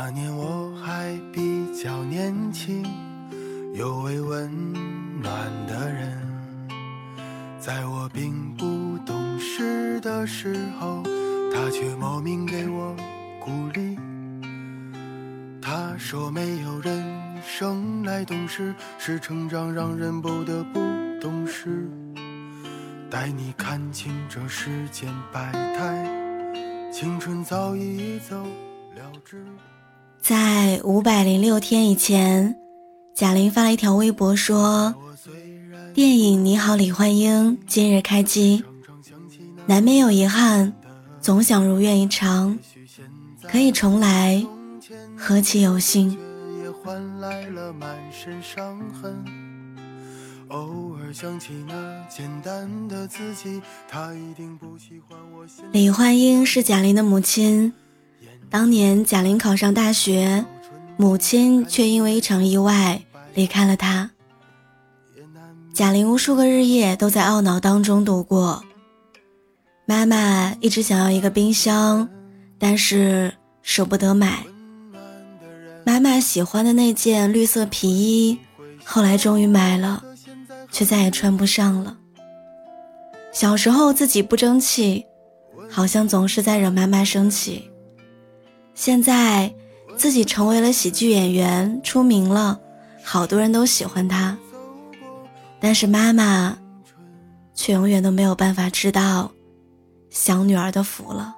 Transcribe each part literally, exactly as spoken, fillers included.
那年我还比较年轻，有位温暖的人，在我并不懂事的时候，他却莫名给我鼓励。他说没有人生来懂事，是成长让人不得不懂事，带你看清这世间百态，青春早已走了之。 在五百零六天以前，贾玲发了一条微博说，电影《你好，李焕英》今日开机，难免有遗憾，总想如愿以偿，可以重来，何其有幸。 也换来了满身伤痕，偶尔想起那简单的自己，他一定不喜欢我现在。 李焕英是贾玲的母亲，当年贾玲考上大学，母亲却因为一场意外离开了她。贾玲无数个日夜都在懊恼当中度过。妈妈一直想要一个冰箱，但是舍不得买。妈妈喜欢的那件绿色皮衣，后来终于买了，却再也穿不上了。小时候自己不争气，好像总是在惹妈妈生气。现在自己成为了喜剧演员，出名了，好多人都喜欢他，但是妈妈却永远都没有办法知道想女儿的福了。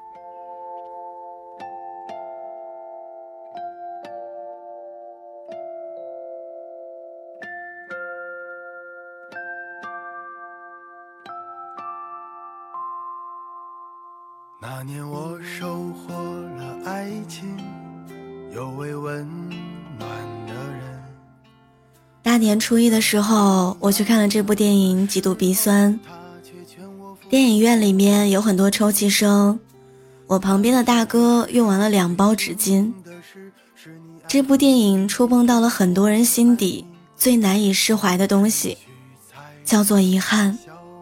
那年我收获了爱情，有位温暖的人。 大年初一的时候，我去看了这部电影，极度鼻酸。电影院里面有很多抽泣声，我旁边的大哥用完了两包纸巾。这部电影触碰到了很多人心底最难以释怀的东西，叫做遗憾。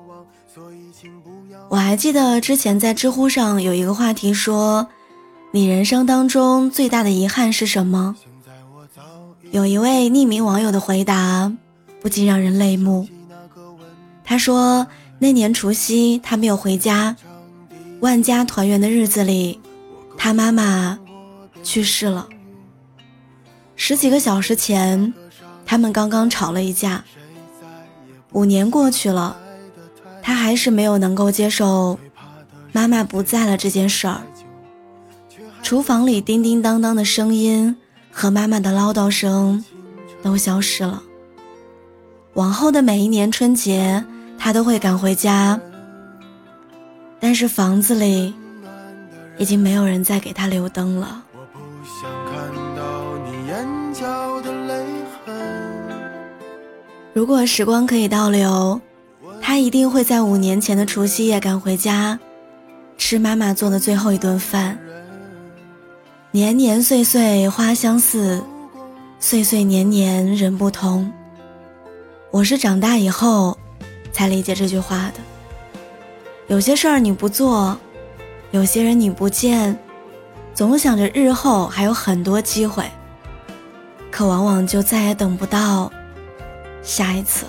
我还记得之前在知乎上有一个话题说，你人生当中最大的遗憾是什么？有一位匿名网友的回答不禁让人泪目。他说，那年除夕他没有回家，万家团圆的日子里，他妈妈去世了。十几个小时前，他们刚刚吵了一架。五年过去了，他还是没有能够接受妈妈不在了这件事儿。厨房里叮叮当当的声音和妈妈的唠叨声都消失了。往后的每一年春节，他都会赶回家，但是房子里已经没有人再给他留灯了。 我不想看到你眼角的泪痕。 如果时光可以倒流，他一定会在五年前的除夕夜赶回家，吃妈妈做的最后一顿饭。年年岁岁花相似，岁岁年年人不同。我是长大以后才理解这句话的。有些事儿你不做，有些人你不见，总想着日后还有很多机会，可往往就再也等不到下一次了。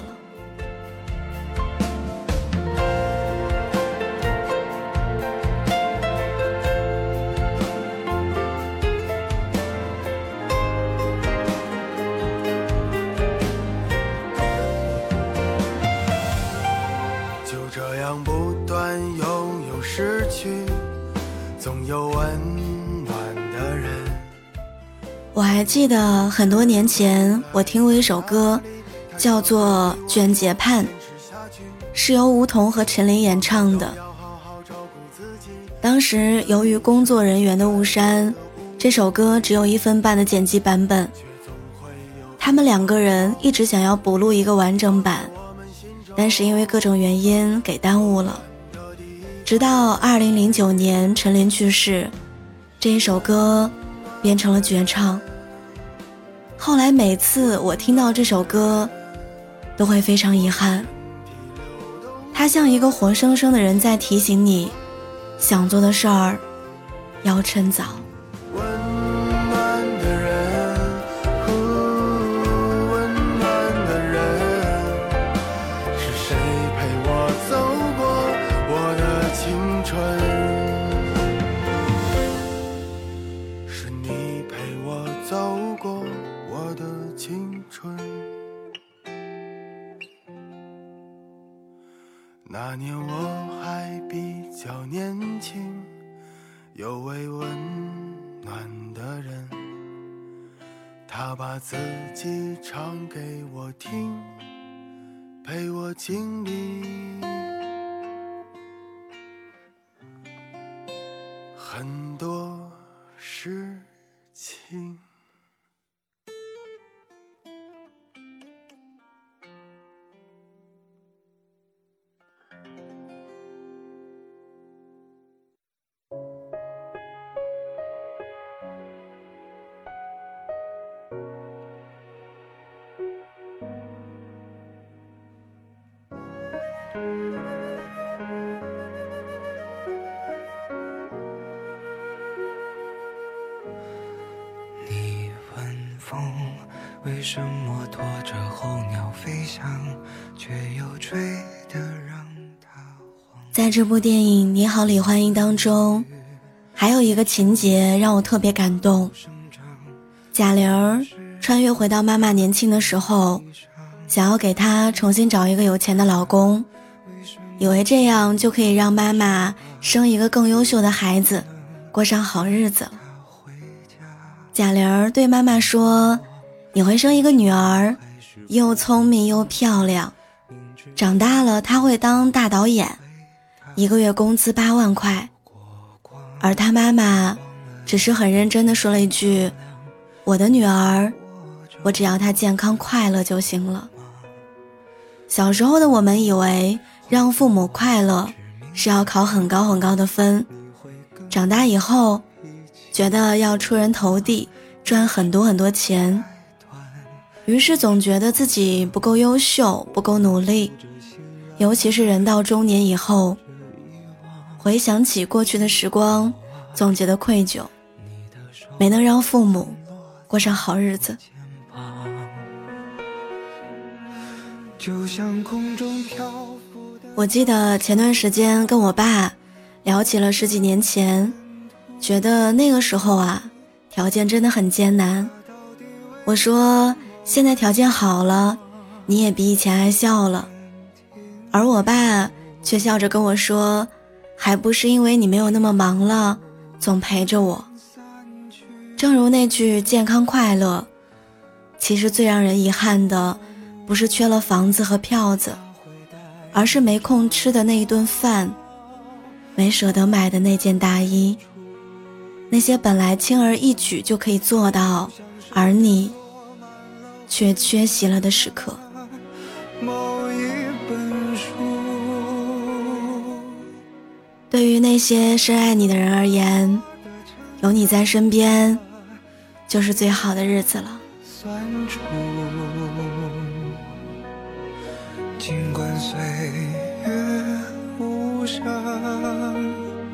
这样不断拥有失去，总有温暖的人。 我还记得很多年前我听过一首歌，叫做《卷睫盼》，是由吴彤和陈琳演唱的。当时由于工作人员的误删，这首歌只有一分半的剪辑版本，他们两个人一直想要补录一个完整版，但是因为各种原因给耽误了。直到二零零九年陈琳去世，这一首歌变成了绝唱。后来每次我听到这首歌都会非常遗憾，它像一个活生生的人在提醒你，想做的事儿要趁早。 温暖的较年轻又为温暖的人，他把自己唱给我听，陪我经历很多事情。 你问风为什么拖着候鸟飞翔，却又追得让它慌。 在这部电影《你好，李焕英》当中，还有一个情节让我特别感动。贾玲儿穿越回到妈妈年轻的时候，想要给她重新找一个有钱的老公，以为这样就可以让妈妈生一个更优秀的孩子，过上好日子了。贾玲儿对妈妈说，你会生一个女儿，又聪明又漂亮，长大了她会当大导演，一个月工资八万块。而她妈妈只是很认真地说了一句，我的女儿，我只要她健康快乐就行了。小时候的我们以为让父母快乐是要考很高很高的分，长大以后觉得要出人头地，赚很多很多钱，于是总觉得自己不够优秀，不够努力。尤其是人到中年以后，回想起过去的时光，总觉得愧疚，没能让父母过上好日子。 就像空中漂浮的我记得前段时间跟我爸聊起了十几年前，觉得那个时候啊，条件真的很艰难。我说现在条件好了，你也比以前爱笑了。而我爸却笑着跟我说，还不是因为你没有那么忙了，总陪着我。正如那句健康快乐，其实最让人遗憾的不是缺了房子和票子，而是没空吃的那一顿饭，没舍得买的那件大衣，那些本来轻而易举就可以做到，而你却缺席了的时刻。 某一本书。 对于那些深爱你的人而言，有你在身边就是最好的日子了。 算出，尽管岁月无声。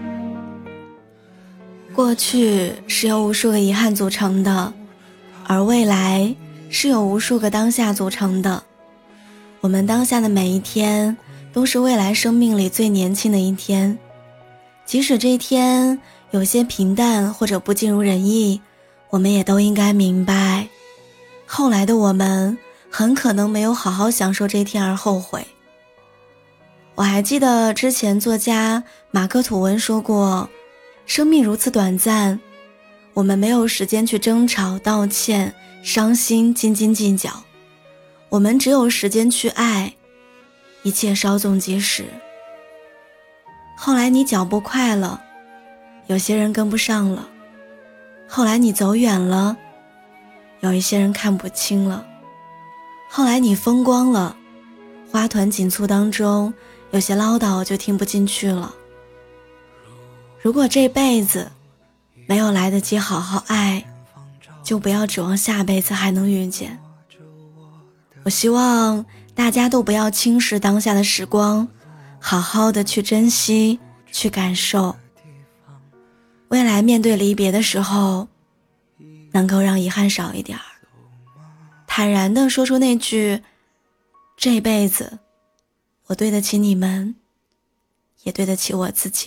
过去是由无数个遗憾组成的，而未来是由无数个当下组成的。我们当下的每一天都是未来生命里最年轻的一天，即使这一天有些平淡或者不尽如人意，我们也都应该明白，后来的我们很可能没有好好享受这一天而后悔。我还记得之前作家马克吐温说过，生命如此短暂，我们没有时间去争吵、道歉、伤心、斤斤计较，我们只有时间去爱，一切稍纵即逝。后来你脚步快了，有些人跟不上了；后来你走远了，有一些人看不清了；后来你风光了，花团锦簇当中，有些唠叨就听不进去了。如果这辈子没有来得及好好爱，就不要指望下辈子还能遇见。我希望大家都不要轻视当下的时光，好好的去珍惜，去感受。未来面对离别的时候，能够让遗憾少一点儿，坦然地说出那句，这辈子我对得起你们，也对得起我自己。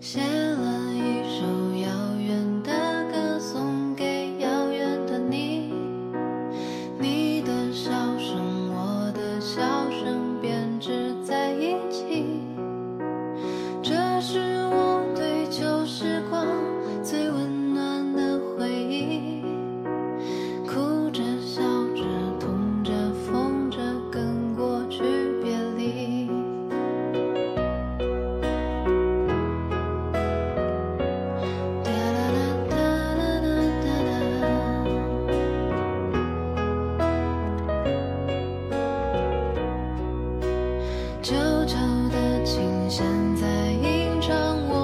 写了一首遥远的歌送给遥远的你，你的笑声我的笑声编织在一起，这是我对旧时光最温暖的回忆，哭着笑着痛着疯着跟过去别离。旧旧的琴弦在吟唱我